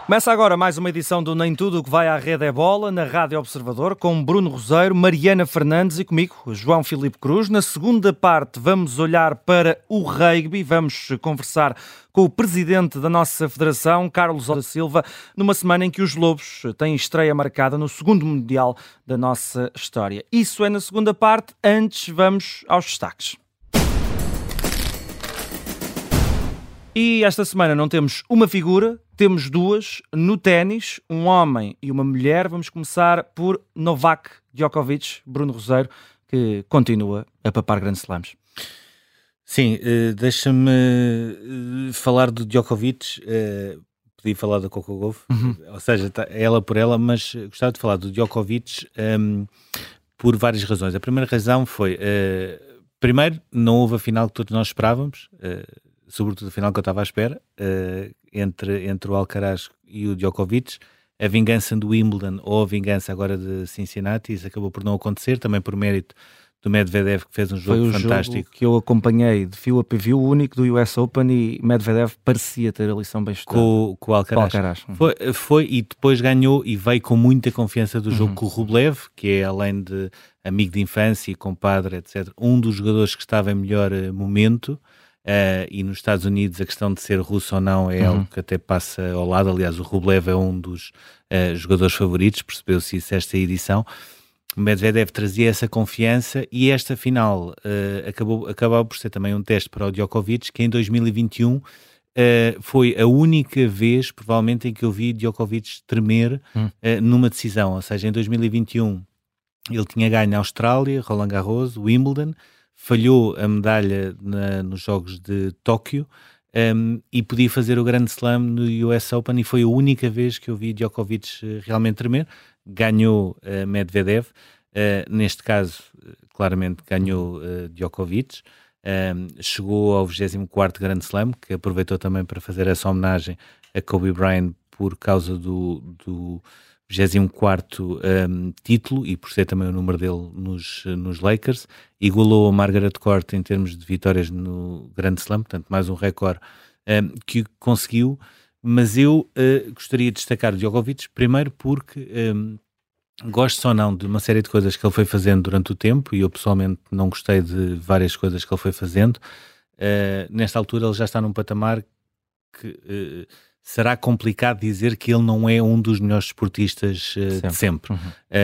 Começa agora mais uma edição do Nem Tudo o que vai à rede é bola, na Rádio Observador, com Bruno Roseiro, Mariana Fernandes e comigo, João Filipe Cruz. Na segunda parte vamos olhar para o rugby, vamos conversar com o presidente da nossa federação, Carlos da Silva, numa semana em que os Lobos têm estreia marcada no segundo Mundial da nossa história. Isso é na segunda parte, antes vamos aos destaques. E esta semana não temos uma figura, temos duas. No ténis, um homem e uma mulher. Vamos começar por Novak Djokovic, Bruno Roseiro, que continua a papar grandes slams. Sim, deixa-me falar do Djokovic. Podia falar da Coco Gauff, ou seja, ela por ela, mas gostava de falar do Djokovic por várias razões. A primeira razão foi, primeiro, não houve a final que todos nós esperávamos, sobretudo a final que eu estava à espera, entre o Alcaraz e o Djokovic. A vingança do Wimbledon ou a vingança agora de Cincinnati, isso acabou por não acontecer, também por mérito do Medvedev, que fez um jogo fantástico. Jogo que eu acompanhei de fio a pavio, o único do US Open, e Medvedev parecia ter a lição bem estudada. Com o Alcaraz. Foi, e depois ganhou e veio com muita confiança do jogo com o Rublev, que é, além de amigo de infância e compadre, etc., um dos jogadores que estava em melhor momento. E nos Estados Unidos a questão de ser russo ou não é algo que até passa ao lado. Aliás, o Rublev é um dos jogadores favoritos, percebeu-se isso esta edição. O Medvedev trazia essa confiança e esta final acabou por ser também um teste para o Djokovic, que em 2021 foi a única vez, provavelmente, em que eu vi Djokovic tremer numa decisão. Ou seja, em 2021 ele tinha ganho a Austrália, Roland Garros, Wimbledon, falhou a medalha nos Jogos de Tóquio e podia fazer o Grand Slam no US Open, e foi a única vez que eu vi Djokovic realmente tremer. Ganhou Medvedev, neste caso claramente ganhou Djokovic, chegou ao 24º Grand Slam, que aproveitou também para fazer essa homenagem a Kobe Bryant por causa do 24º título e por ser também o número dele nos Lakers. Igualou a Margaret Court em termos de vitórias no Grand Slam, portanto mais um recorde que conseguiu. Mas eu gostaria de destacar o Djokovic, primeiro porque gosto ou não de uma série de coisas que ele foi fazendo durante o tempo, e eu pessoalmente não gostei de várias coisas que ele foi fazendo. Nesta altura ele já está num patamar que será complicado dizer que ele não é um dos melhores esportistas de sempre.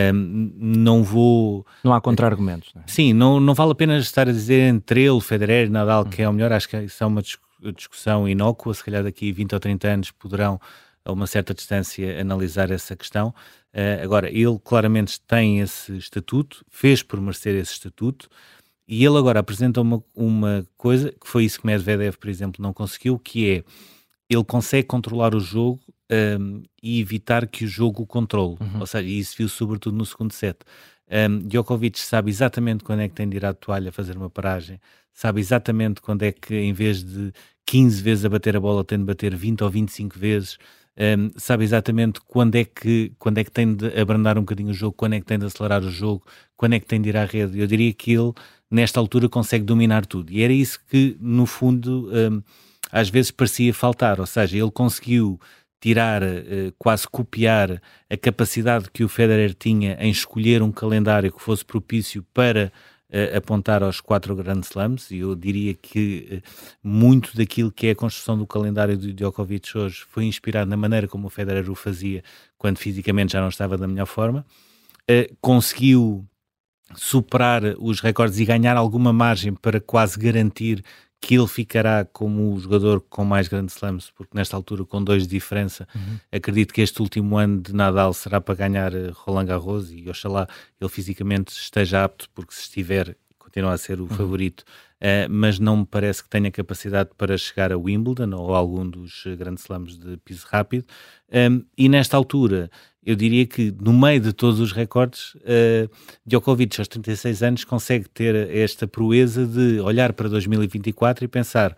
Não há contra-argumentos, não é? Sim, não vale a pena estar a dizer entre ele, Federer e Nadal que é o melhor. Acho que isso é uma discussão inócua. Se calhar daqui a 20 ou 30 anos poderão, a uma certa distância, analisar essa questão. Agora, ele claramente tem esse estatuto, fez por merecer esse estatuto, e ele agora apresenta uma coisa que foi isso que Medvedev, por exemplo, não conseguiu, que é, ele consegue controlar o jogo e evitar que o jogo o controle. Ou seja, isso viu sobretudo no segundo set. Djokovic sabe exatamente quando é que tem de ir à toalha fazer uma paragem, sabe exatamente quando é que, em vez de 15 vezes a bater a bola, tem de bater 20 ou 25 vezes, sabe exatamente quando é que tem de abrandar um bocadinho o jogo, quando é que tem de acelerar o jogo, quando é que tem de ir à rede. Eu diria que ele, nesta altura, consegue dominar tudo. E era isso que, no fundo, às vezes parecia faltar. Ou seja, ele conseguiu tirar, quase copiar a capacidade que o Federer tinha em escolher um calendário que fosse propício para apontar aos 4 Grand Slams, e eu diria que muito daquilo que é a construção do calendário do Djokovic hoje foi inspirado na maneira como o Federer o fazia quando fisicamente já não estava da melhor forma. Conseguiu superar os recordes e ganhar alguma margem para quase garantir que ele ficará como o jogador com mais Grand Slams, porque nesta altura, com 2 de diferença, acredito que este último ano de Nadal será para ganhar Roland Garros, e oxalá ele fisicamente esteja apto, porque se estiver, continua a ser o favorito, mas não me parece que tenha capacidade para chegar a Wimbledon ou a algum dos Grand Slams de piso rápido. E nesta altura, eu diria que no meio de todos os recordes, Djokovic aos 36 anos consegue ter esta proeza de olhar para 2024 e pensar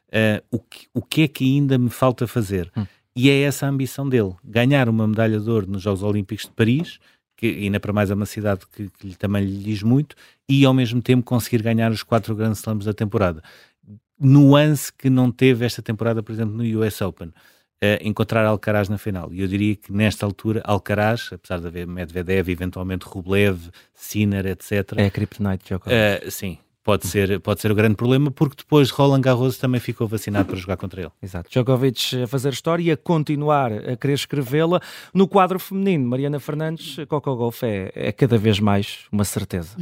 o que é que ainda me falta fazer. E é essa a ambição dele, ganhar uma medalha de ouro nos Jogos Olímpicos de Paris, que ainda para mais é uma cidade que também lhe diz muito, e ao mesmo tempo conseguir ganhar os 4 Grand Slams da temporada. Nuance que não teve esta temporada, por exemplo, no US Open. encontrar Alcaraz na final. E eu diria que nesta altura Alcaraz, apesar de haver Medvedev, eventualmente Rublev, Sinner, etc. É a Kryptonite Djokovic. Sim. Pode ser o grande problema, porque depois Roland Garros também ficou vacinado para jogar contra ele. Exato. Djokovic a fazer história e a continuar a querer escrevê-la. No quadro feminino, Mariana Fernandes, Coco Gauff é cada vez mais uma certeza.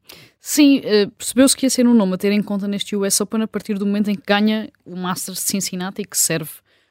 Sim, percebeu-se que ia ser um nome a ter em conta neste US Open a partir do momento em que ganha o Masters de Cincinnati, que serve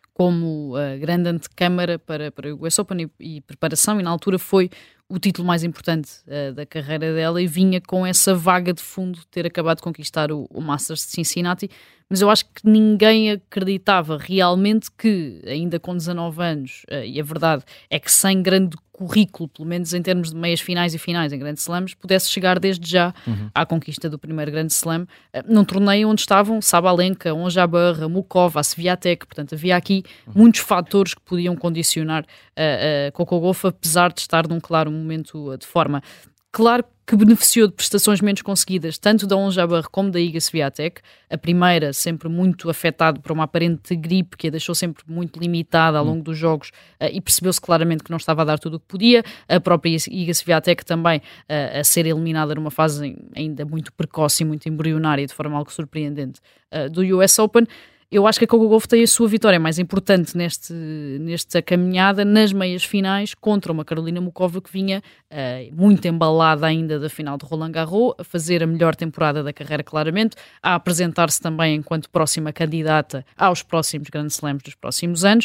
como grande antecâmara para o US Open e preparação, e na altura foi o título mais importante da carreira dela, e vinha com essa vaga de fundo de ter acabado de conquistar o Masters de Cincinnati, mas eu acho que ninguém acreditava realmente que, ainda com 19 anos, e a verdade é que sem grande currículo, pelo menos em termos de meias finais e finais em grandes slams, pudesse chegar desde já à conquista do primeiro grande slam, num torneio onde estavam Sabalenka, Ons-Jabeur, Mukova, Swiatek. Portanto, havia aqui muitos fatores que podiam condicionar Coco Gauff, apesar de estar num claro momento de forma. Claro que beneficiou de prestações menos conseguidas, tanto da Ons-Jabeur como da Iga Swiatek. A primeira sempre muito afetada por uma aparente gripe que a deixou sempre muito limitada ao longo dos jogos, e percebeu-se claramente que não estava a dar tudo o que podia. A própria Iga Swiatek também a ser eliminada numa fase ainda muito precoce e muito embrionária, de forma algo surpreendente, do US Open. Eu acho que a Coco Gauff tem a sua vitória mais importante nesta caminhada nas meias finais contra uma Karolina Mukova que vinha muito embalada ainda da final de Roland Garros, a fazer a melhor temporada da carreira claramente, a apresentar-se também enquanto próxima candidata aos próximos Grand Slams dos próximos anos,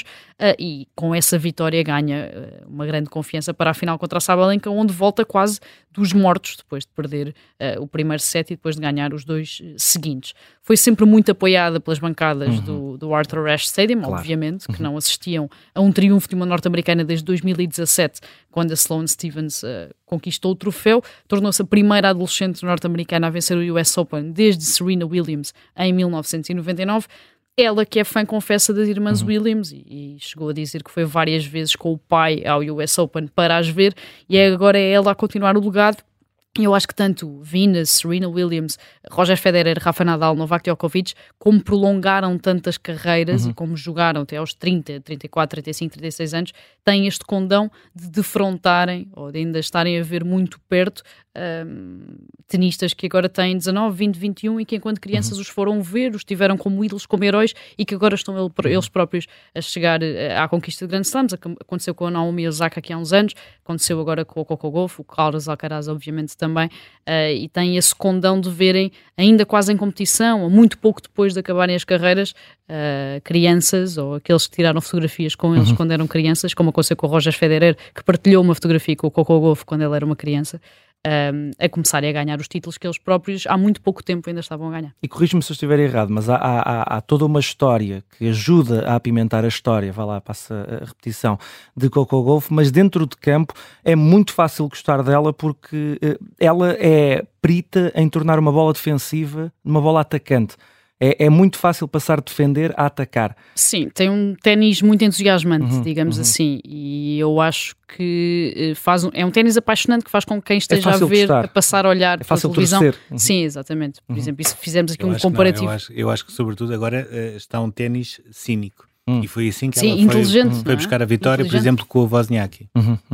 e com essa vitória ganha uma grande confiança para a final contra a Sabalenka, onde volta quase dos mortos depois de perder o primeiro set e depois de ganhar os dois seguintes. Foi sempre muito apoiada pelas bancadas do Arthur Ashe Stadium, claro. Obviamente, que não assistiam a um triunfo de uma norte-americana desde 2017, quando a Sloane Stephens conquistou o troféu. Tornou-se a primeira adolescente norte-americana a vencer o US Open desde Serena Williams em 1999. Ela que é fã, confessa, das irmãs Williams, e chegou a dizer que foi várias vezes com o pai ao US Open para as ver, e agora é ela a continuar o legado. Eu acho que tanto Venus, Serena Williams, Roger Federer, Rafa Nadal, Novak Djokovic, como prolongaram tantas carreiras e como jogaram até aos 30, 34, 35, 36 anos, têm este condão de defrontarem ou de ainda estarem a ver muito perto tenistas que agora têm 19, 20, 21 e que enquanto crianças os foram ver, os tiveram como ídolos, como heróis, e que agora estão eles próprios a chegar à conquista de grandes slams. Aconteceu com a Naomi Osaka aqui há uns anos, aconteceu agora com o Coco Gauff, o Carlos Alcaraz obviamente também, e têm esse condão de verem ainda quase em competição, ou muito pouco depois de acabarem as carreiras, crianças ou aqueles que tiraram fotografias com eles quando eram crianças, como aconteceu com o Roger Federer, que partilhou uma fotografia com o Coco Gauff quando ele era uma criança, a começarem a ganhar os títulos que eles próprios há muito pouco tempo ainda estavam a ganhar. E corrijo-me se eu estiver errado, mas há toda uma história que ajuda a apimentar a história, vá lá, passa a repetição, de Coco Gauff, mas dentro de campo é muito fácil gostar dela porque ela é perita em tornar uma bola defensiva numa bola atacante. É muito fácil passar de defender a atacar. Sim, tem um ténis muito entusiasmante, digamos assim, e eu acho que é um ténis apaixonante que faz com que quem esteja a ver, a passar a olhar pela televisão. Sim, exatamente. Por exemplo, fizemos aqui um comparativo. Eu acho que sobretudo agora está um ténis cínico. E foi assim que ela foi buscar a vitória, por exemplo, com a Wozniacki.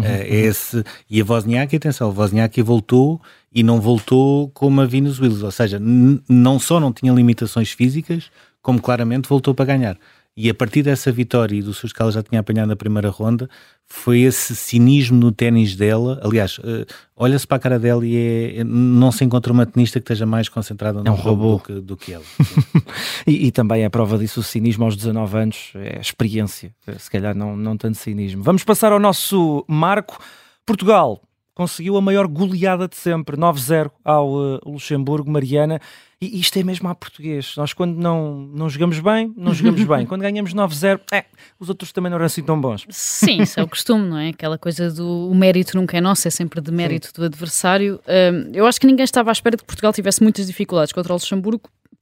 E a Wozniacki voltou e não voltou como a Venus Williams, ou seja, não só não tinha limitações físicas, como claramente voltou para ganhar. E a partir dessa vitória e do susto que ela já tinha apanhado na primeira ronda, foi esse cinismo no ténis dela. Aliás, olha-se para a cara dela e não se encontra uma tenista que esteja mais concentrada no robô do que ela. e também é prova disso o cinismo aos 19 anos, é experiência, se calhar não tanto cinismo. Vamos passar ao nosso marco. Portugal conseguiu a maior goleada de sempre, 9-0 ao Luxemburgo. Mariana, e isto é mesmo à português. Nós quando não jogamos bem, não jogamos bem. Quando ganhamos 9-0, os outros também não eram assim tão bons. Sim, isso é o costume, não é? Aquela coisa do o mérito nunca é nosso, é sempre de mérito do adversário. Eu acho que ninguém estava à espera de que Portugal tivesse muitas dificuldades contra o Luxemburgo,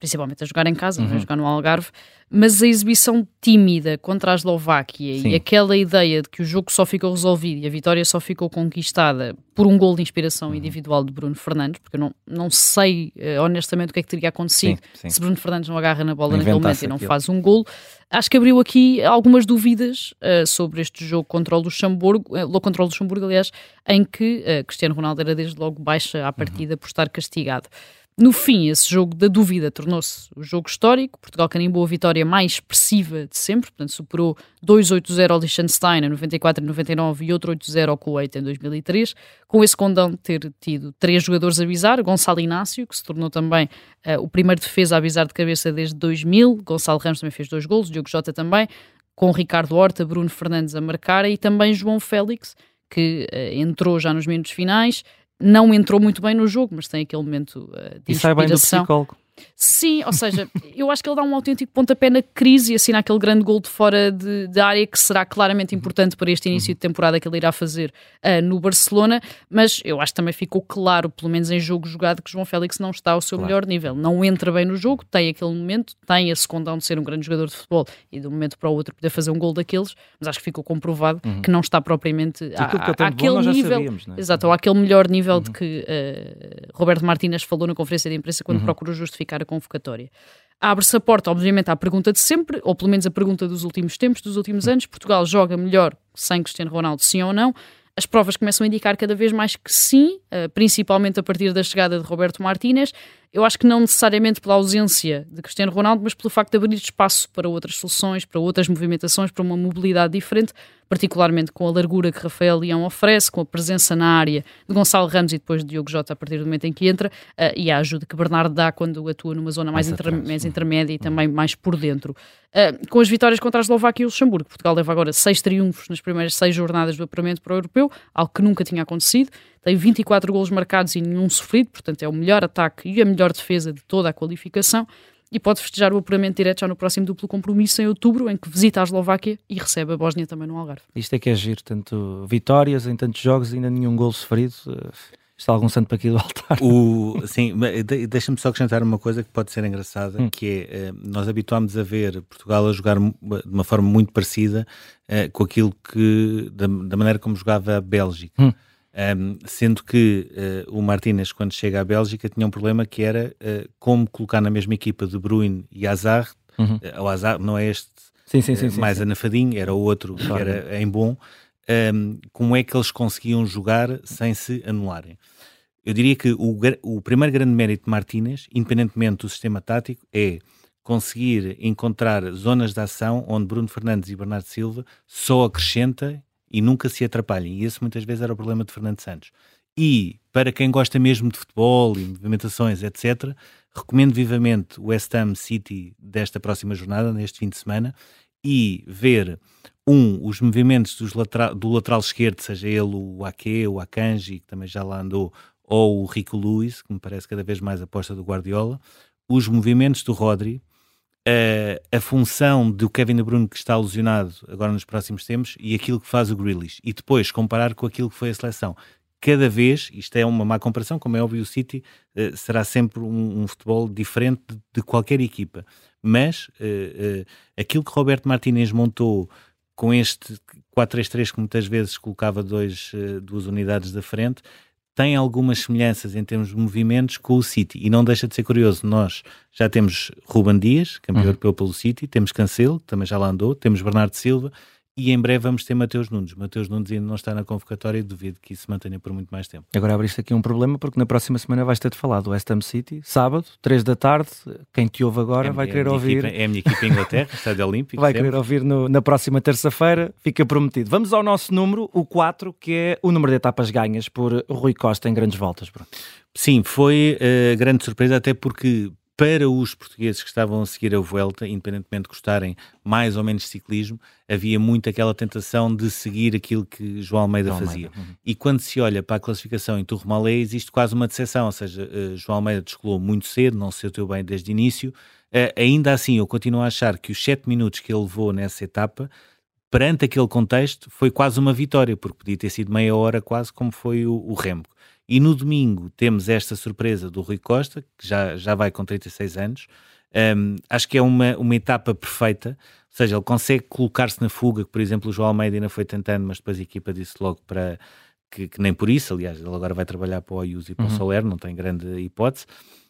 principalmente a jogar em casa, a jogar no Algarve, mas a exibição tímida contra a Eslováquia e aquela ideia de que o jogo só ficou resolvido e a vitória só ficou conquistada por um gol de inspiração individual de Bruno Fernandes, porque eu não sei honestamente o que é que teria acontecido se Bruno Fernandes não agarra na bola naquele momento e não faz um gol. Acho que abriu aqui algumas dúvidas sobre este jogo contra o Luxemburgo, aliás, em que Cristiano Ronaldo era desde logo baixa à partida por estar castigado. No fim, esse jogo da dúvida tornou-se o jogo histórico. Portugal carimbou a vitória mais expressiva de sempre, portanto superou 2-8-0 ao Liechtenstein em 94 e 99 e outro 8-0 ao Kuwait em 2003, com esse condão de ter tido 3 jogadores a avisar: Gonçalo Inácio, que se tornou também o primeiro defesa a avisar de cabeça desde 2000, Gonçalo Ramos também fez 2 golos, Diogo Jota também, com Ricardo Horta, Bruno Fernandes a marcar, e também João Félix, que entrou já nos minutos finais. Não entrou muito bem no jogo, mas tem aquele momento de inspiração. E sai bem do psicólogo. Sim, ou seja, eu acho que ele dá um autêntico pontapé na crise e assina aquele grande gol de fora de área que será claramente importante para este início de temporada que ele irá fazer no Barcelona, mas eu acho que também ficou claro, pelo menos em jogo jogado, que João Félix não está ao seu melhor nível, não entra bem no jogo, tem aquele momento, tem esse condão de ser um grande jogador de futebol e de um momento para o outro poder fazer um gol daqueles, mas acho que ficou comprovado que não está propriamente àquele nível, sabíamos, não é? Exato, ou àquele melhor nível de que Roberto Martínez falou na conferência de imprensa quando procurou justificar a convocatória. Abre-se a porta, obviamente, à pergunta de sempre, ou pelo menos a pergunta dos últimos tempos, dos últimos anos: Portugal joga melhor sem Cristiano Ronaldo, sim ou não? As provas começam a indicar cada vez mais que sim, principalmente a partir da chegada de Roberto Martínez. Eu acho que não necessariamente pela ausência de Cristiano Ronaldo, mas pelo facto de abrir espaço para outras soluções, para outras movimentações, para uma mobilidade diferente, particularmente com a largura que Rafael Leão oferece, com a presença na área de Gonçalo Ramos e depois de Diogo Jota a partir do momento em que entra, e a ajuda que Bernardo dá quando atua numa zona mais intermédia e também mais por dentro. Com as vitórias contra a Eslováquia e o Luxemburgo, Portugal leva agora 6 triunfos nas primeiras 6 jornadas do apuramento para o Europeu, algo que nunca tinha acontecido. Tem 24 golos marcados e nenhum sofrido, portanto é o melhor ataque e a melhor defesa de toda a qualificação, e pode festejar o apuramento direto já no próximo duplo compromisso em outubro, em que visita a Eslováquia e recebe a Bósnia também no Algarve. Isto é que é giro, tanto vitórias em tantos jogos e ainda nenhum golo sofrido. Está algum santo para aqui do altar? Sim, deixa-me só acrescentar uma coisa que pode ser engraçada, que é, nós habituámos a ver Portugal a jogar de uma forma muito parecida com aquilo que, da maneira como jogava a Bélgica. Sendo que o Martínez, quando chega à Bélgica, tinha um problema que era como colocar na mesma equipa De Bruyne e Hazard. O Hazard não é este mais anafadinho, era o outro que era em bom. Como é que eles conseguiam jogar sem se anularem? Eu diria que o primeiro grande mérito de Martínez, independentemente do sistema tático, é conseguir encontrar zonas de ação onde Bruno Fernandes e Bernardo Silva só acrescentem e nunca se atrapalhem. E esse muitas vezes era o problema de Fernando Santos. E para quem gosta mesmo de futebol e movimentações, etc., recomendo vivamente o West Ham City desta próxima jornada, neste fim de semana, e ver os movimentos do lateral esquerdo, seja ele o Ake, o Akanji, que também já lá andou, ou o Rico Lewis, que me parece cada vez mais a aposta do Guardiola, os movimentos do Rodri, a função do Kevin De Bruyne, que está lesionado agora nos próximos tempos, e aquilo que faz o Grealish, e depois comparar com aquilo que foi a seleção. Cada vez, isto é uma má comparação, como é óbvio, o City será sempre um futebol diferente de qualquer equipa, mas aquilo que Roberto Martínez montou com este 4-3-3, que muitas vezes colocava duas unidades da frente, tem algumas semelhanças em termos de movimentos com o City, e não deixa de ser curioso. Nós já temos Ruben Dias, campeão europeu pelo City, temos Cancelo, que também já lá andou, temos Bernardo Silva, e em breve vamos ter Mateus Nunes. Mateus Nunes ainda não está na convocatória e duvido que isso se mantenha por muito mais tempo. Agora abriste aqui um problema, porque na próxima semana vais ter de falar do West Ham City, sábado, 3 da tarde, quem te ouve agora vai querer ouvir... É a minha equipa em Inglaterra, Estádio Olímpico. Vai querer ouvir na próxima terça-feira, fica prometido. Vamos ao nosso número, o 4, que é o número de etapas ganhas por Rui Costa em grandes voltas, Bruno. Sim, foi grande surpresa, até porque para os portugueses que estavam a seguir a Vuelta, independentemente de gostarem mais ou menos de ciclismo, havia muito aquela tentação de seguir aquilo que João Almeida fazia. E quando se olha para a classificação em Tourmalet, existe quase uma decepção, ou seja, João Almeida descolou muito cedo, não se sentiu bem desde o início. Ainda assim, eu continuo a achar que os 7 minutos que ele levou nessa etapa, perante aquele contexto, foi quase uma vitória, porque podia ter sido meia hora quase como foi o Remco. E no domingo temos esta surpresa do Rui Costa, que já vai com 36 anos. Acho que é uma etapa perfeita, ou seja, ele consegue colocar-se na fuga, que por exemplo o João Almeida ainda foi tentando, mas depois a equipa disse logo para que nem por isso, aliás, ele agora vai trabalhar para o Ayuso e para o Soler, não tem grande hipótese.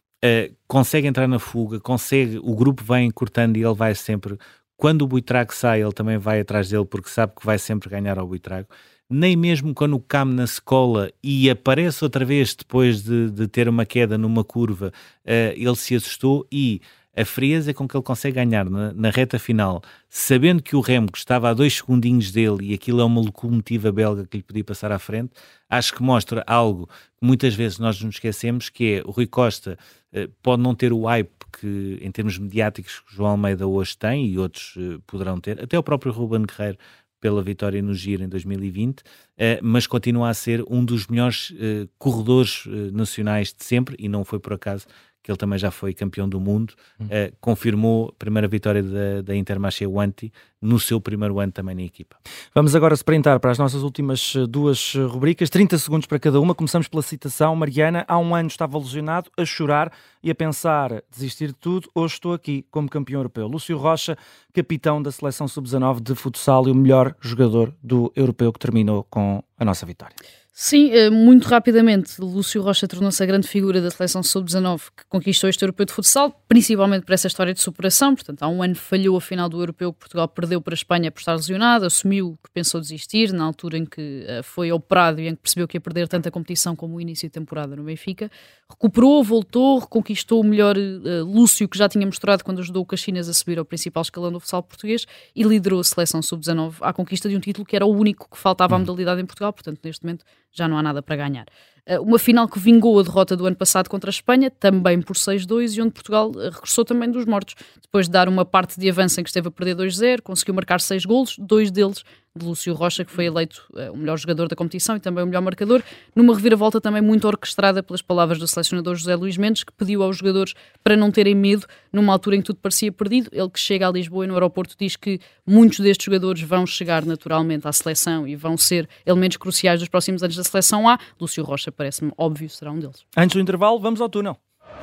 Consegue entrar na fuga, o grupo vai encurtando e ele vai sempre, quando o Buitrago sai, ele também vai atrás dele porque sabe que vai sempre ganhar ao Buitrago. Nem mesmo quando o Cam na secola e aparece outra vez depois de ter uma queda numa curva, ele se assustou, e a frieza com que ele consegue ganhar na reta final, sabendo que o Remco estava a 2 segundinhos dele e aquilo é uma locomotiva belga que lhe podia passar à frente, acho que mostra algo que muitas vezes nós nos esquecemos, que é o Rui Costa pode não ter o hype que, em termos mediáticos, que o João Almeida hoje tem e outros poderão ter, até o próprio Ruben Guerreiro pela vitória no Giro em 2020, mas continua a ser um dos melhores corredores nacionais de sempre, e não foi por acaso que ele também já foi campeão do mundo, confirmou a primeira vitória da Intermarché Wanty no seu primeiro ano também na equipa. Vamos agora sprintar para as nossas últimas 2 rubricas, 30 segundos para cada uma. Começamos pela citação. Mariana, há um ano estava lesionado, a chorar e a pensar desistir de tudo. Hoje estou aqui como campeão europeu. Lúcio Rocha, capitão da seleção sub-19 de futsal e o melhor jogador do europeu, que terminou com a nossa vitória. Sim, muito rapidamente, Lúcio Rocha tornou-se a grande figura da seleção sub-19 que conquistou este europeu de futsal, principalmente por essa história de superação. Portanto, há um ano falhou a final do europeu que Portugal perdeu para a Espanha por estar lesionado, assumiu que pensou desistir na altura em que foi operado e em que percebeu que ia perder tanta competição como o início de temporada no Benfica. Recuperou, voltou, reconquistou o melhor Lúcio que já tinha mostrado quando ajudou o Caxinas a subir ao principal escalão do futsal português e liderou a seleção sub-19 à conquista de um título que era o único que faltava à modalidade em Portugal. Portanto, neste momento já não há nada para ganhar. Uma final que vingou a derrota do ano passado contra a Espanha, também por 6-2, e onde Portugal regressou também dos mortos. Depois de dar uma parte de avanço em que esteve a perder 2-0, conseguiu marcar 6 golos, 2 deles de Lúcio Rocha, que foi eleito o melhor jogador da competição e também o melhor marcador, numa reviravolta também muito orquestrada pelas palavras do selecionador José Luís Mendes, que pediu aos jogadores para não terem medo numa altura em que tudo parecia perdido. Ele que chega a Lisboa e no aeroporto diz que muitos destes jogadores vão chegar naturalmente à seleção e vão ser elementos cruciais dos próximos anos da seleção A. Lúcio Rocha parece-me óbvio, será um deles. Antes do intervalo, vamos ao túnel.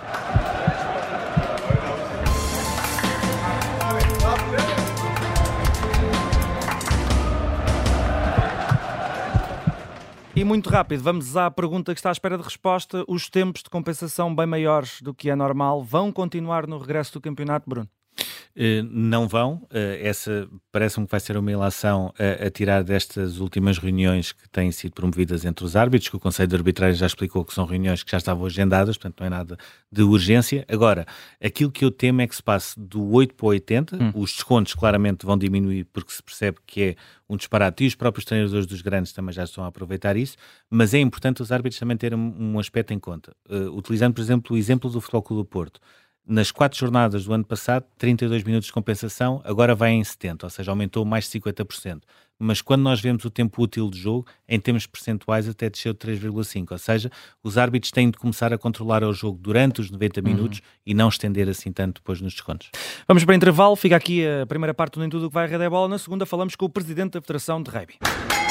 E muito rápido, vamos à pergunta que está à espera de resposta. Os tempos de compensação bem maiores do que é normal vão continuar no regresso do campeonato, Bruno? Não vão. Essa parece-me que vai ser uma ilação a tirar destas últimas reuniões que têm sido promovidas entre os árbitros, que o Conselho de Arbitragem já explicou que são reuniões que já estavam agendadas, portanto não é nada de urgência. Agora, aquilo que eu temo é que se passe do 8 para o 80, os descontos claramente vão diminuir porque se percebe que é um disparate, e os próprios treinadores dos grandes também já estão a aproveitar isso, mas é importante os árbitros também terem um aspecto em conta. Utilizando, por exemplo, o exemplo do Futebol Clube do Porto, nas 4 jornadas do ano passado, 32 minutos de compensação, agora vai em 70, ou seja, aumentou mais de 50%. Mas quando nós vemos o tempo útil de jogo, em termos percentuais até desceu de 3,5, ou seja, os árbitros têm de começar a controlar o jogo durante os 90 minutos e não estender assim tanto depois nos descontos. Vamos para o intervalo, fica aqui a primeira parte do Nem Tudo o que vai à Rede é Bola. Na segunda falamos com o Presidente da Federação de Rugby.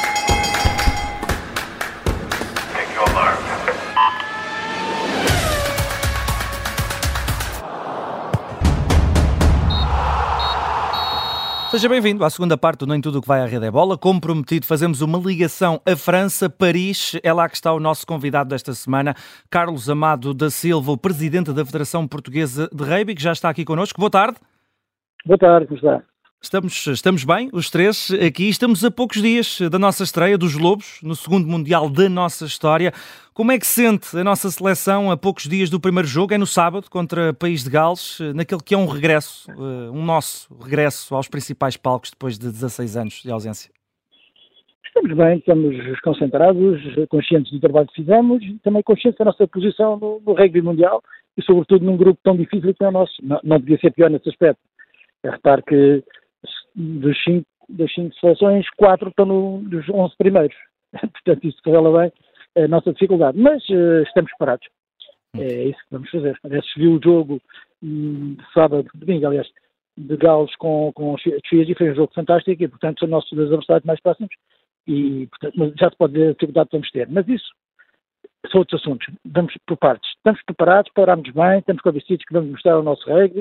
Seja bem-vindo à segunda parte do Nem Tudo o que vai à Rede é Bola. Como prometido, fazemos uma ligação a França, Paris. É lá que está o nosso convidado desta semana, Carlos Amado da Silva, o Presidente da Federação Portuguesa de Rugby, que já está aqui connosco. Boa tarde. Boa tarde, como está? Estamos bem, os três aqui. Estamos a poucos dias da nossa estreia dos Lobos, no segundo Mundial da nossa história. Como é que sente a nossa seleção a poucos dias do primeiro jogo? É no sábado, contra País de Gales, naquele que é um regresso, um nosso regresso aos principais palcos depois de 16 anos de ausência. Estamos bem, estamos concentrados, conscientes do trabalho que fizemos e também conscientes da nossa posição no rugby mundial e sobretudo num grupo tão difícil que é o nosso. Não podia ser pior nesse aspecto. Repare que das 5 seleções, 4 estão nos 11 primeiros. Portanto, isso revela bem a nossa dificuldade. Mas estamos preparados. É isso que vamos fazer. Aliás, se viu o jogo sábado, domingo, aliás, de Gales com os Fiji, foi um jogo fantástico e, portanto, são nossos adversários mais próximos e, portanto, já se pode ver a dificuldade que vamos ter. Mas isso são outros assuntos. Vamos por partes. Estamos preparados, paramos bem, estamos convencidos que vamos mostrar o nosso rugby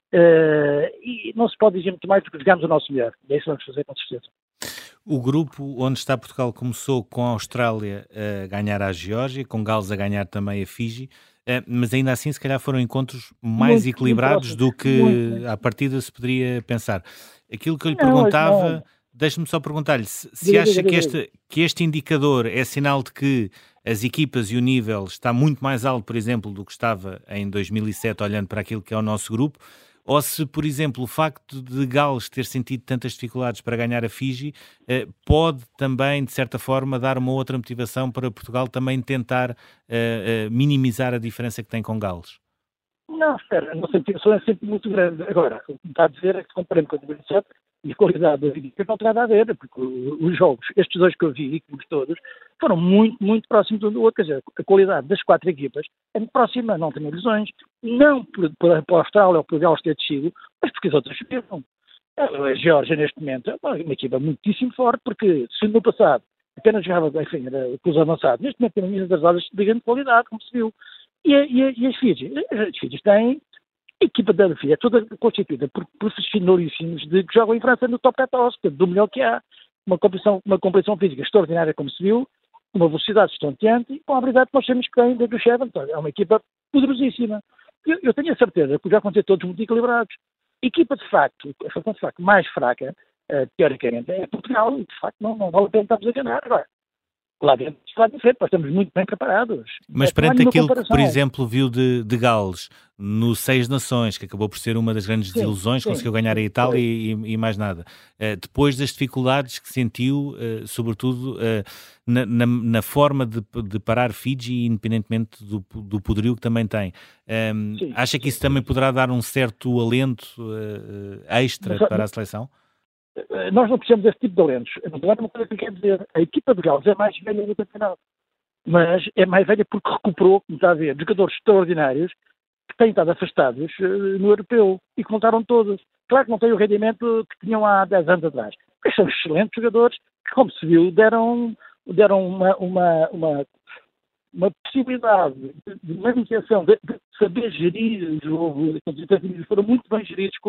e não se pode dizer muito mais do que jogamos o nosso melhor. E é isso que vamos fazer, com certeza. O grupo onde está Portugal começou com a Austrália a ganhar à Geórgia, com Gales a ganhar também a Fiji, mas ainda assim se calhar foram encontros mais equilibrados do que à partida se poderia pensar. Aquilo que eu lhe perguntava, deixe-me só perguntar-lhe se acha que este indicador é sinal de que as equipas e o nível está muito mais alto, por exemplo, do que estava em 2007, olhando para aquilo que é o nosso grupo, ou se, por exemplo, o facto de Gales ter sentido tantas dificuldades para ganhar a Fiji pode também, de certa forma, dar uma outra motivação para Portugal também tentar minimizar a diferença que tem com Gales? Não, espera, a nossa motivação é sempre muito grande. Agora, o que está a dizer é que, comparando com a 2007, e a qualidade da vida não tem nada a ver, porque os jogos, estes dois que eu vi, como todos, foram muito, muito próximos um do outro. Quer dizer, a qualidade das 4 equipas é muito próxima, não tem ilusões, não por a Austrália ou por Gales ter descido, mas porque as outras subiram. A Geórgia, neste momento, é uma equipa muitíssimo forte, porque se no passado apenas jogava, enfim, com os avançados, neste momento tem uma das áreas de grande qualidade, como se viu. E as Fiji? As Fiji têm. A equipa da FIA é toda constituída por profissionalíssimos que jogam em França no top 14, do melhor que há. Uma competição física extraordinária, como se viu, uma velocidade estonteante e com a habilidade que nós temos que tem desde o Shevon. Então, é uma equipa poderosíssima. Eu tenho a certeza que já vão ter todos muito equilibrados. A equipa, de facto, mais fraca, teoricamente, é Portugal. E, de facto, não vale a pena estarmos a ganhar. Agora, lá dentro está diferente, nós estamos muito bem preparados. Mas perante aquilo que, por exemplo, viu de Gales no Seis Nações, que acabou por ser uma das grandes desilusões, conseguiu ganhar a Itália e mais nada. Depois das dificuldades que sentiu, sobretudo na forma de parar Fiji, independentemente do poderio que também tem, acha que isso também poderá dar um certo alento extra para a seleção? Nós não precisamos desse tipo de talentos. Não é uma coisa que eu quero dizer. A equipa de Gales é mais velha no campeonato. Mas é mais velha porque recuperou, como está a ver, jogadores extraordinários que têm estado afastados no europeu e que voltaram todos. Claro que não têm o rendimento que tinham há 10 anos atrás. Mas são excelentes jogadores que, como se viu, deram uma possibilidade de manutenção, de saber gerir o jogo. Foram muito bem geridos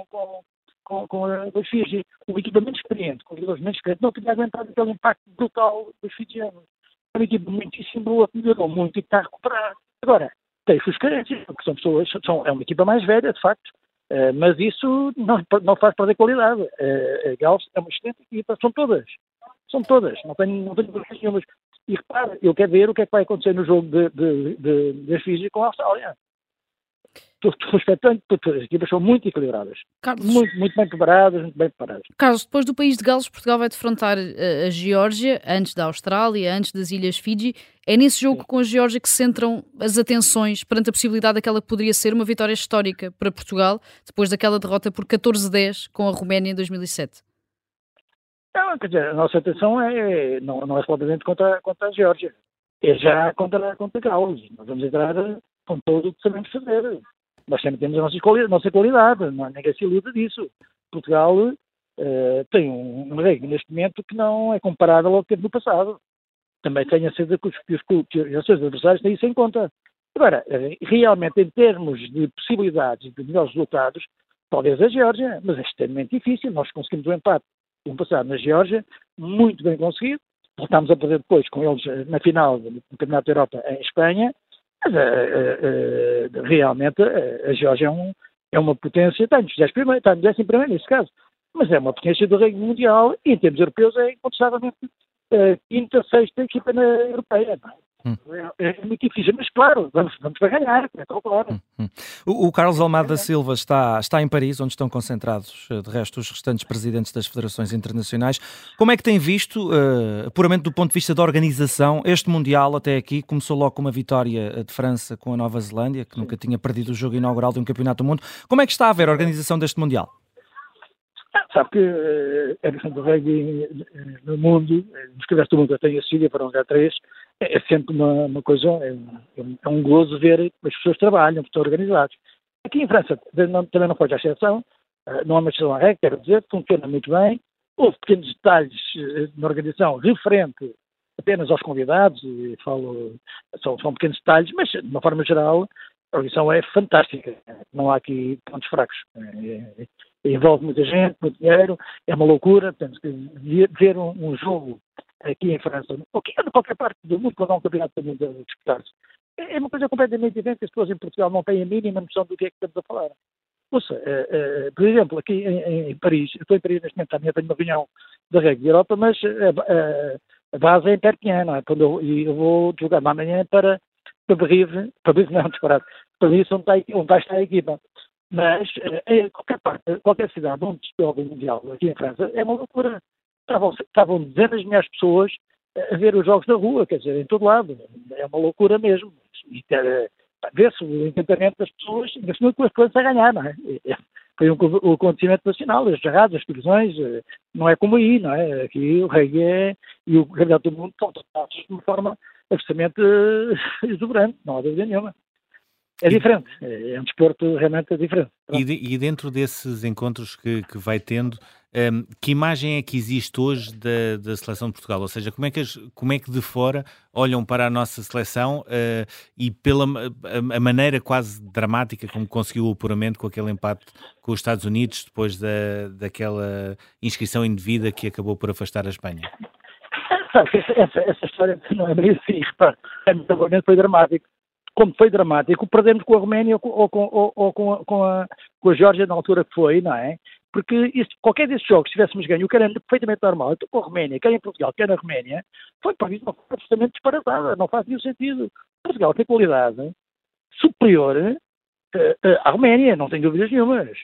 com a Fiji. O equipamento experiente, com os jogadores menos experientes, não tinha aguentado aquele impacto brutal dos fijianos. É uma equipa muitíssimo boa, que melhorou muito e que está a recuperar. Agora, tem suas carências, porque é uma equipa mais velha, de facto, mas isso não faz perder qualidade. A Gales é uma excelente equipa, são todas, não tenho dúvidas nenhumas. E repara, eu quero ver o que é que vai acontecer no jogo das Fiji com a Austrália. Estou expectante, porque as equipas são muito equilibradas. Carlos, muito bem preparadas, Carlos, depois do país de Gales, Portugal vai defrontar a Geórgia, antes da Austrália, antes das Ilhas Fiji. É nesse jogo com a Geórgia que se centram as atenções perante a possibilidade daquela que poderia ser uma vitória histórica para Portugal, depois daquela derrota por 14-10 com a Roménia em 2007. Não, quer dizer, a nossa atenção não é propriamente contra a Geórgia, é já contra Gales. Nós vamos entrar com tudo o que sabemos fazer. Nós sempre temos a nossa qualidade, ninguém se ilude disso. Portugal tem um rugby neste momento que não é comparável ao que teve no passado. Também tenho a certeza que os seus adversários têm isso em conta. Agora, realmente, em termos de possibilidades de melhores resultados, talvez a Geórgia, mas é extremamente difícil. Nós conseguimos um empate no ano passado na Geórgia, muito bem conseguido. Voltámos a perder depois com eles na final do Campeonato da Europa em Espanha. Mas realmente a Geórgia é uma potência, está nos 11º nesse caso, mas é uma potência do rugby mundial e em termos europeus é incontestavelmente a quinta, sexta equipa europeia. É muito difícil, mas claro, vamos para ganhar, é claro. O Carlos Almada Silva está em Paris, onde estão concentrados, de resto, os restantes presidentes das federações internacionais. Como é que tem visto, puramente do ponto de vista da organização, este Mundial até aqui? Começou logo com uma vitória de França com a Nova Zelândia, que nunca tinha perdido o jogo inaugural de um campeonato do mundo. Como é que está a ver a organização deste Mundial? Sabe que a questão do rugby no mundo, nos que do mundo eu tenho assistido, para um H3, é sempre uma coisa, é um gozo ver que as pessoas trabalham, que estão organizados. Aqui em França também não pode a exceção, não há uma exceção à regra, quero dizer, funciona muito bem, houve pequenos detalhes na organização referente apenas aos convidados, e falo, são pequenos detalhes, mas de uma forma geral a organização é fantástica, não há aqui pontos fracos. Envolve muita gente, muito dinheiro, é uma loucura, temos que ver um jogo aqui em França, ou em qualquer parte do mundo, quando há um campeonato do mundo a disputar-se. É uma coisa completamente diferente, que as pessoas em Portugal não têm a mínima noção do que é que estamos a falar. Ouça, por exemplo, aqui em Paris, eu estou em Paris neste momento, amanhã tenho uma reunião da Rugby Europa, mas a base é em Perpignan, não é? Eu vou jogar amanhã para Brive não, disparado, para Brive onde vai estar a equipa. Mas em qualquer cidade onde se joga o Mundial, aqui em França, é uma loucura. Estavam dezenas de milhares de pessoas a ver os jogos na rua, quer dizer, em todo lado. É uma loucura mesmo. E vê-se o encantamento das pessoas, mas não com as coisas a ganhar, não é? Foi um acontecimento nacional, as jarradas, as televisões, não é como aí, não é? Aqui o rugby e o campeonato do mundo estão tratados de uma forma absolutamente exuberante, não há dúvida nenhuma. É diferente, é um desporto realmente diferente. E dentro desses encontros que vai tendo, que imagem é que existe hoje da seleção de Portugal? Ou seja, como é que de fora olham para a nossa seleção e pela a maneira quase dramática como conseguiu o apuramento com aquele empate com os Estados Unidos depois daquela inscrição indevida que acabou por afastar a Espanha? Sabe, essa história não é bem assim, repare, realmente foi dramático. Como foi dramático, perdemos com a Roménia ou com a Geórgia na altura que foi, não é? Porque qualquer desses jogos, se tivéssemos ganho, o que era perfeitamente normal, então com a Roménia, quer em Portugal, quer na Roménia, foi para mim uma coisa absolutamente disparatada, não faz nenhum sentido. Portugal tem qualidade superior à Roménia, não tenho dúvidas nenhumas.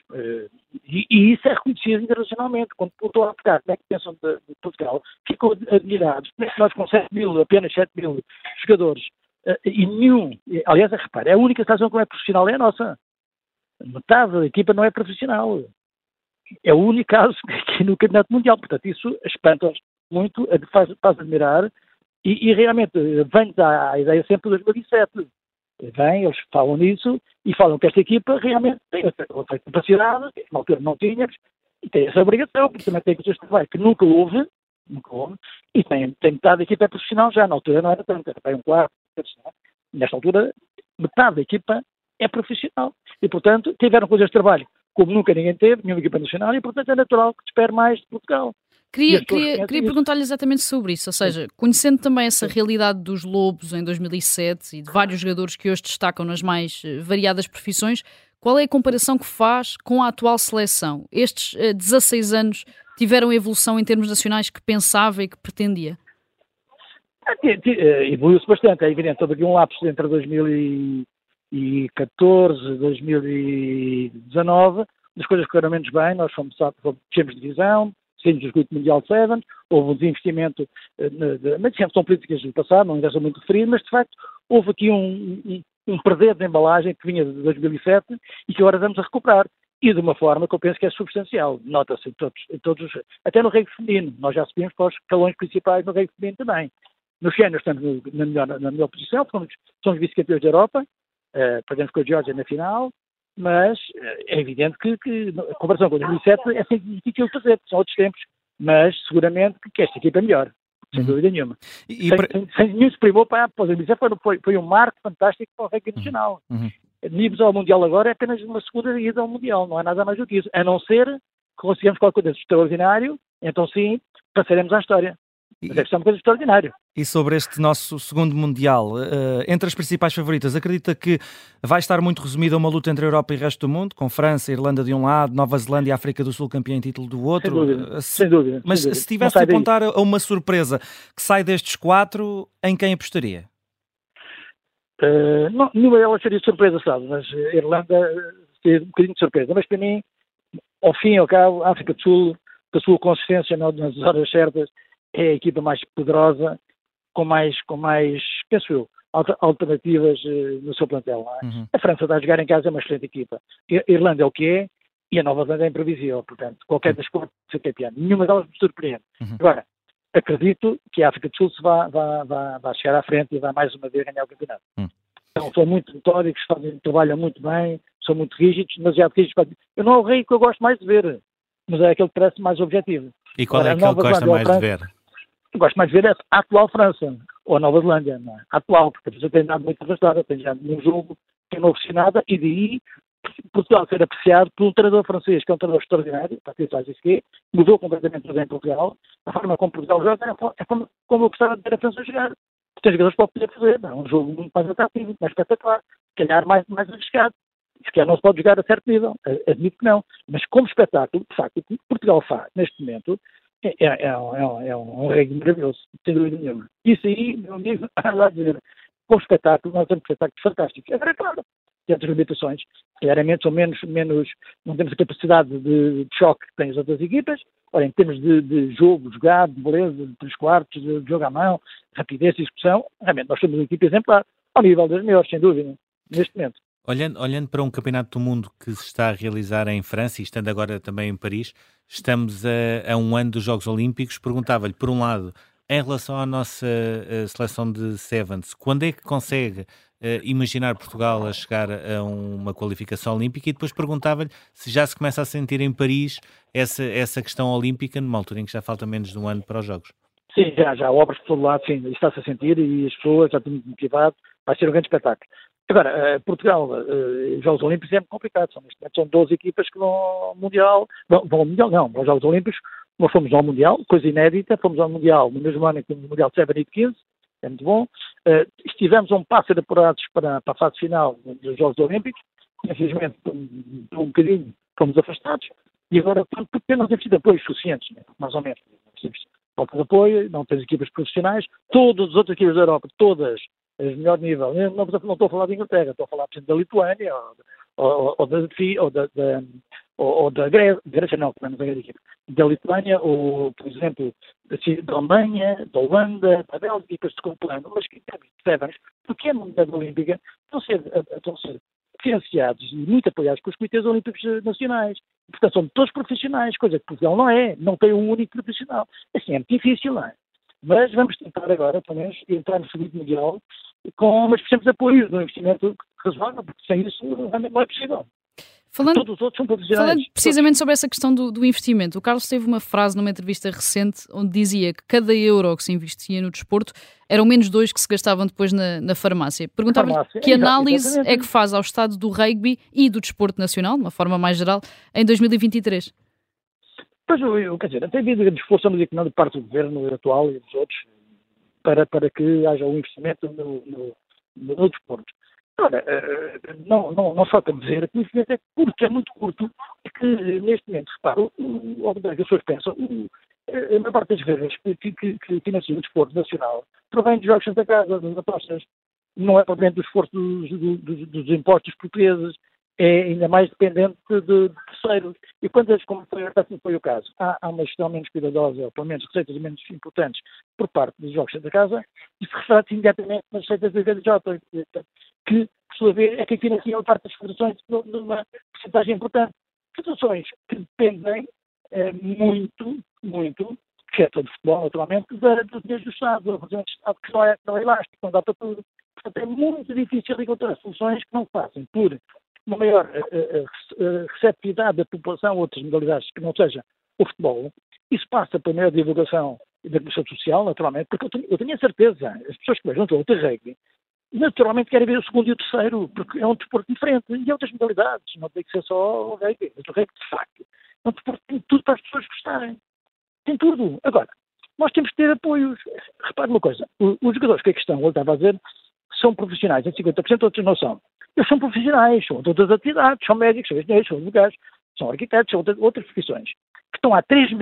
E isso é reconhecido internacionalmente. Quando estou a pegar como é que pensam de Portugal, ficou admirados. Como é que nós com apenas 7 mil jogadores, e nenhum, aliás, repare, a única seleção que não é profissional é a nossa. Metade da equipa não é profissional. É o único caso aqui no Campeonato Mundial. Portanto, isso espanta-nos muito, faz admirar, e realmente vem à ideia sempre de 2007. Vem, eles falam nisso e falam que esta equipa realmente tem a capacidade, que na altura não tínhamos, e tem essa obrigação, porque também tem coisas de trabalho que nunca houve, e tem metade da equipa é profissional já, na altura não era tanto, era para um quarto. Nesta altura, metade da equipa é profissional. E, portanto, tiveram coisas de trabalho como nunca ninguém teve, nenhuma equipa nacional, e, portanto, é natural que espere mais de Portugal. Queria perguntar-lhe exatamente sobre isso, ou seja, conhecendo também essa realidade dos Lobos em 2007 e de vários jogadores que hoje destacam nas mais variadas profissões, qual é a comparação que faz com a atual seleção? Estes 16 anos tiveram a evolução em termos nacionais que pensava e que pretendia? Evoluiu-se bastante, é evidente. Houve aqui um lapso entre 2014 e 2019, as coisas correram menos bem, nós descemos de divisão, saímos do circuito mundial de Sevens, houve um desinvestimento, mas são políticas do passado, não interessam muito referir, mas de facto houve aqui um perder de embalagem que vinha de 2007 e que agora vamos a recuperar. E de uma forma que eu penso que é substancial. Nota-se em todos, até no rugby feminino. Nós já subimos para os escalões principais no rugby feminino também. Nos séniores estamos na melhor posição, somos vice-campeões da Europa, perdemos com a Geórgia na final, mas é evidente que a comparação com 2007 é sempre difícil de fazer, são outros tempos, mas seguramente que esta equipa é melhor, sem dúvida nenhuma. Sem nenhum se primou para 2007, foi um marco fantástico para o rugby nacional. Irmos ao Mundial agora é apenas uma segunda ida ao Mundial, não há nada mais do que isso, a não ser que consigamos qualquer coisa extraordinário, então sim, passaremos à história. Mas é que é uma coisa extraordinária. E sobre este nosso segundo Mundial, entre as principais favoritas, acredita que vai estar muito resumida uma luta entre a Europa e o resto do mundo, com França e Irlanda de um lado, Nova Zelândia e África do Sul campeã em título do outro? Sem dúvida. Mas se tivesse de apontar a uma surpresa que sai destes 4, em quem apostaria? Não, nenhuma delas seria surpresa, sabe? Mas a Irlanda seria um bocadinho de surpresa. Mas para mim, ao fim e ao cabo, a África do Sul, com a sua consistência nas horas certas, é a equipa mais poderosa, com mais penso eu, alternativas no seu plantel. Não é? A França está a jogar em casa, é uma excelente equipa. A Irlanda é o que é, e a Nova Zelândia é imprevisível. Portanto, qualquer das quatro ser campeã. Nenhuma delas me surpreende. Agora, acredito que a África do Sul se vai chegar à frente e vai mais uma vez ganhar o campeonato. Então, são muito metódicos, trabalham muito bem, são muito rígidos, demasiado rígidos. Eu não é o rei que eu gosto mais de ver, mas é aquele que parece mais objetivo. E qual é aquele que gosta mais de ver? gosto mais de ver a atual França, ou a Nova Zelândia, não é? A atual, porque já tem dado muito arrastada, tem já num jogo que não oferece nada, e daí Portugal ser apreciado por um treinador francês, que é um treinador extraordinário, para ter que mudou completamente o em Portugal. A forma como Portugal joga é a forma como eu gostava de ver a França jogar. Tem jogadores para poder fazer, é um jogo muito mais atrativo, muito mais espetacular, se calhar mais arriscado. Se calhar não se pode jogar a certo nível, admito que não. Mas como espetáculo, de facto, o que Portugal faz neste momento é um reggae maravilhoso, sem dúvida nenhuma. Isso aí, meu amigo, lá dizer, como espetáculo, nós temos espetáculos fantásticos. Agora, claro, tem outras limitações. Claramente são menos, não temos a capacidade de choque que têm as outras equipas. Ora, em termos de jogo, jogado, de beleza, de 3/4, de jogo à mão, rapidez e execução, realmente nós somos uma equipa exemplar, ao nível das melhores, sem dúvida, neste momento. Olhando para um campeonato do mundo que se está a realizar em França e estando agora também em Paris, estamos a um ano dos Jogos Olímpicos. Perguntava-lhe, por um lado, em relação à nossa seleção de Sevens, quando é que consegue imaginar Portugal a chegar a uma qualificação olímpica? E depois perguntava-lhe se já se começa a sentir em Paris essa questão olímpica, numa altura em que já falta menos de um ano para os Jogos. Sim, já obras por todo lado, sim, está-se a sentir e as pessoas já estão muito motivadas, vai ser um grande espetáculo. Agora, Portugal, os Jogos Olímpicos é muito complicado, são 12 equipas que vão ao Mundial, vão ao Mundial não, aos Jogos Olímpicos, nós fomos ao Mundial, coisa inédita, fomos ao Mundial no mesmo ano que no Mundial de 7 e de 15, é muito bom, estivemos a um passo de apurados para a fase final dos Jogos Olímpicos, infelizmente, um bocadinho, fomos afastados, e agora, porque não temos tido apoios suficientes, né? Mais ou menos, falta de apoio, não temos equipas profissionais, todas as outras equipas da Europa, todas, de melhor nível. Eu não estou a falar de Inglaterra, estou a falar, por exemplo, da Lituânia, ou da Grécia, não, que não é uma grande equipe, da Lituânia, ou, por exemplo, da Alemanha, da Holanda, da Bélgica, equipas de plano, mas que percebem, porque é uma medalha olímpica, estão a ser financiados e muito apoiados pelos comitês olímpicos nacionais. Portanto, são todos profissionais, coisa que Portugal não tem um único profissional. Assim é muito difícil, não é? Mas vamos tentar agora, pelo menos, entrar no circuito mundial mas precisamos de apoio, de um investimento razoável, porque sem isso realmente não é possível. Todos os outros são profissionais. Falando precisamente sobre essa questão do investimento, o Carlos teve uma frase numa entrevista recente onde dizia que cada euro que se investia no desporto eram menos 2 que se gastavam depois na farmácia. Perguntava-lhe que análise é que faz ao estado do rugby e do desporto nacional, de uma forma mais geral, em 2023? Pois, quer dizer, tem havido grande esforço económico de parte do governo atual e dos outros para que haja um investimento no desporto. Ora, não falta dizer que o investimento é muito curto, e que neste momento, repara, o que as pessoas pensam, a maior parte das vezes que financia o desporto nacional provém dos jogos da casa, das apostas, não é propriamente do esforço dos impostos portugueses, é ainda mais dependente de terceiros. E como foi o caso, há uma gestão menos cuidadosa, ou pelo menos receitas menos importantes por parte dos jogos da casa, e se reflete imediatamente nas receitas da VDJ, que, por sua vez, é quem financia a parte das federações numa porcentagem importante. Federações que dependem muito, exceto do futebol, naturalmente, dos dinheiros do Estado, do Estado que não é elástico, não dá para tudo. Portanto, é muito difícil encontrar soluções que não passem por uma maior receptividade da população a outras modalidades que não seja o futebol. Isso passa pela maior divulgação da Comissão Social, naturalmente, porque eu tenho a certeza, as pessoas que vejam o rugby, naturalmente querem ver o segundo e o terceiro, porque é um desporto diferente, e outras modalidades, não tem que ser só o rugby, mas o rugby, de facto, é um desporto que tem tudo para as pessoas gostarem. Tem tudo. Agora, nós temos que ter apoios. Repare uma coisa, os jogadores que aqui estão, eu estava a dizer, são profissionais, em 50%, outros não são. Eles são profissionais, são de outras atividades, são médicos, são engenheiros, são advogados, são arquitetos, são outras profissões, que estão há 3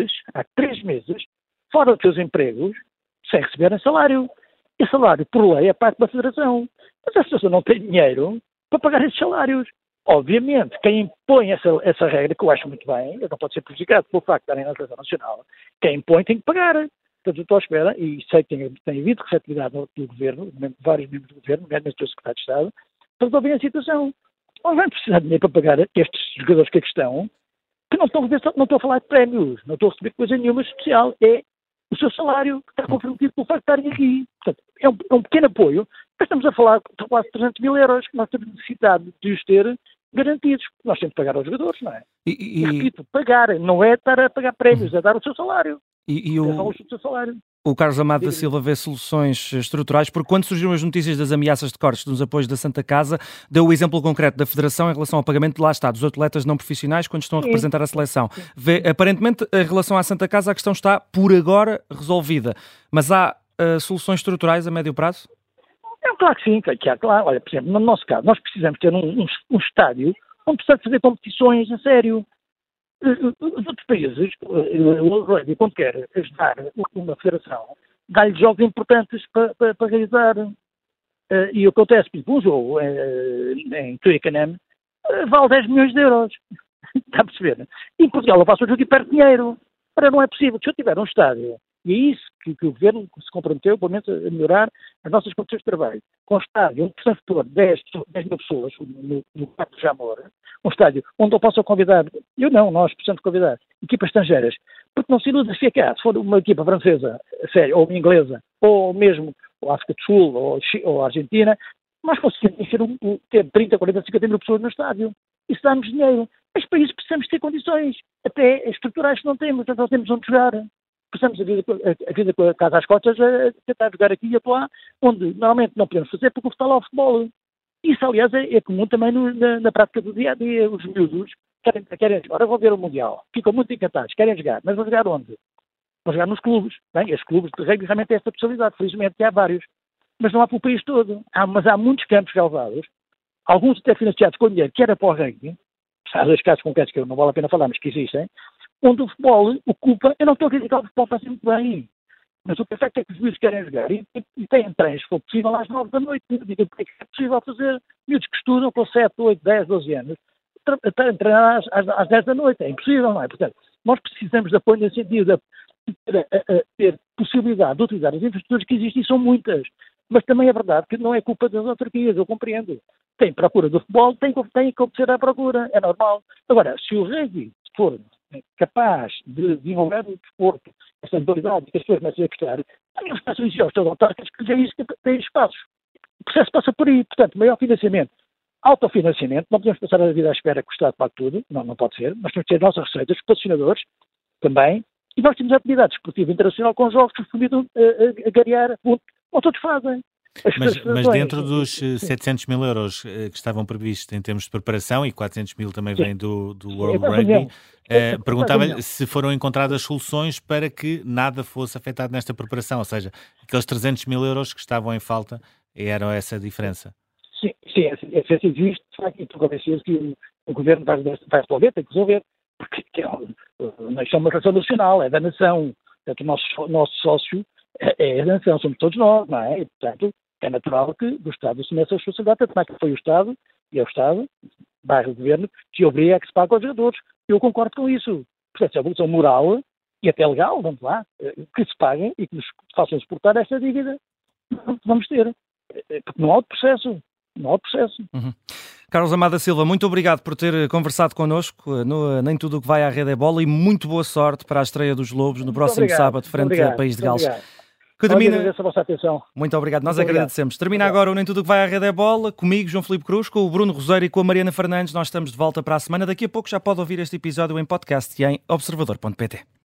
meses, fora dos seus empregos, sem receberem salário. E salário, por lei, é parte da Federação. Mas a Federação não tem dinheiro para pagar esses salários. Obviamente, quem impõe essa regra, que eu acho muito bem, não pode ser prejudicado pelo facto de estarem na Federação Nacional, quem impõe tem que pagar. Portanto, eu estou à espera, e sei que tem havido receptividade do Governo, vários membros do Governo, nomeadamente o Secretário de Estado, para resolver a situação. Nós vamos precisar de dinheiro para pagar estes jogadores que aqui estão, que não estou a falar de prémios, não estou a receber coisa nenhuma especial, é o seu salário que está comprometido pelo facto de estarem aqui. Portanto, é um pequeno apoio, mas estamos a falar de quase 300 mil euros que nós temos necessidade de os ter garantidos. Nós temos que pagar aos jogadores, não é? E repito, pagar, não é estar a pagar prémios, é dar o seu salário. E É só o seu salário. o Carlos Amado da Silva vê soluções estruturais, porque quando surgiram as notícias das ameaças de cortes nos apoios da Santa Casa, deu o exemplo concreto da Federação em relação ao pagamento de lá está, dos atletas não profissionais quando estão a representar a seleção. Aparentemente, em relação à Santa Casa, a questão está, por agora, resolvida. Mas há soluções estruturais a médio prazo? Claro que sim, claro. Olha, por exemplo, no nosso caso, nós precisamos ter um estádio onde precisamos fazer competições a sério. Os outros países, o rugby, quando quer ajudar uma federação, dá-lhe jogos importantes para realizar. E o que acontece, por exemplo, um jogo em Twickenham vale 10 milhões de euros. Está a perceber? E em Portugal eu faço o jogo e perco dinheiro. Ora, não é possível. Se eu tiver um estádio, e é isso que o Governo se comprometeu, pelo menos, a melhorar as nossas condições de trabalho. Com um estádio onde possamos pôr 10 mil pessoas, no Parque do Jamor, um estádio onde eu possa convidar, nós possamos convidar equipas estrangeiras, porque não se iluda se for uma equipa francesa, sério, ou uma inglesa, ou mesmo a África do Sul, ou a Argentina, nós conseguimos ter 30, 40, 50 mil pessoas no estádio. Isso dá-nos dinheiro. Mas para isso precisamos ter condições, até estruturais que não temos, portanto não temos onde jogar. Precisamos a vida com a casa às costas a tentar jogar aqui e atuar, onde normalmente não podemos fazer porque está lá o futebol. Isso, aliás, é comum também na prática do dia-a-dia. Os miúdos querem jogar. Agora vão ver o Mundial. Ficam muito encantados. Querem jogar. Mas vão jogar onde? Vão jogar nos clubes. Bem, os clubes de rugby realmente têm esta possibilidade. Felizmente, há vários. Mas não há para o país todo. Mas há muitos campos relevados, alguns até financiados com dinheiro que era para o rugby. Há dois casos concretos que não vale a pena falar, mas que existem, onde o futebol ocupa. Eu não estou a criticar o futebol, está sempre bem. Mas o que é facto é que os miúdos querem jogar e têm treinos, se for possível, às 9 da noite. Digam porque é possível fazer. Miúdos que estudam com 7, 8, 10, 12 anos, treinar às 10 da noite. É impossível, não é? Portanto, nós precisamos de apoio nesse sentido, de ter possibilidade de utilizar as infraestruturas que existem, e são muitas. Mas também é verdade que não é culpa das autarquias, eu compreendo. Tem procura do futebol, tem que obedecer à procura, é normal. Agora, se o rugby for capaz de desenvolver o desporto, essa dualidade que as pessoas começam a gostar, também os espaços religiosos, todas as autárquicas, que já é isso que têm espaços. O processo passa por aí. Portanto, maior financiamento, autofinanciamento, não podemos passar a vida à espera que o Estado pague tudo, não pode ser, mas temos que ter as nossas receitas, patrocinadores também, e nós temos atividade esportiva internacional com jogos que nos permitam garear, como todos fazem. Mas dentro dos 700 mil euros que estavam previstos em termos de preparação, e 400 mil também vêm do World Rugby, perguntava-lhe se foram encontradas soluções para que nada fosse afetado nesta preparação, ou seja, aqueles 300 mil euros que estavam em falta, era essa a diferença. Sim, essa existe, e estou convencido que o Governo vai resolver, tem que resolver, porque nós somos uma relação nacional, é da nação, portanto o nosso sócio é a nação, somos todos nós, não é? E, portanto, é natural que o Estado assuma essa responsabilidade, tanto mais que foi o Estado, e é o Estado, o Governo, que obriga a que se pague aos jogadores. Eu concordo com isso. Portanto, é uma obrigação moral e até legal, vamos lá, que se paguem e que nos façam suportar esta dívida. Vamos ter. Porque não há outro processo. Não há outro processo. Uhum. Carlos Amado da Silva, muito obrigado por ter conversado connosco no Nem Tudo o que vai à Rede é Bola, e muito boa sorte para a estreia dos Lobos no próximo sábado, frente ao País de Gales. Que termina... Agradeço a vossa atenção. Muito obrigado, nós agradecemos. Termina agora o Nem Tudo o que vai à Rede é Bola, comigo, João Filipe Cruz, com o Bruno Roseiro e com a Mariana Fernandes. Nós estamos de volta para a semana. Daqui a pouco já pode ouvir este episódio em podcast e em observador.pt.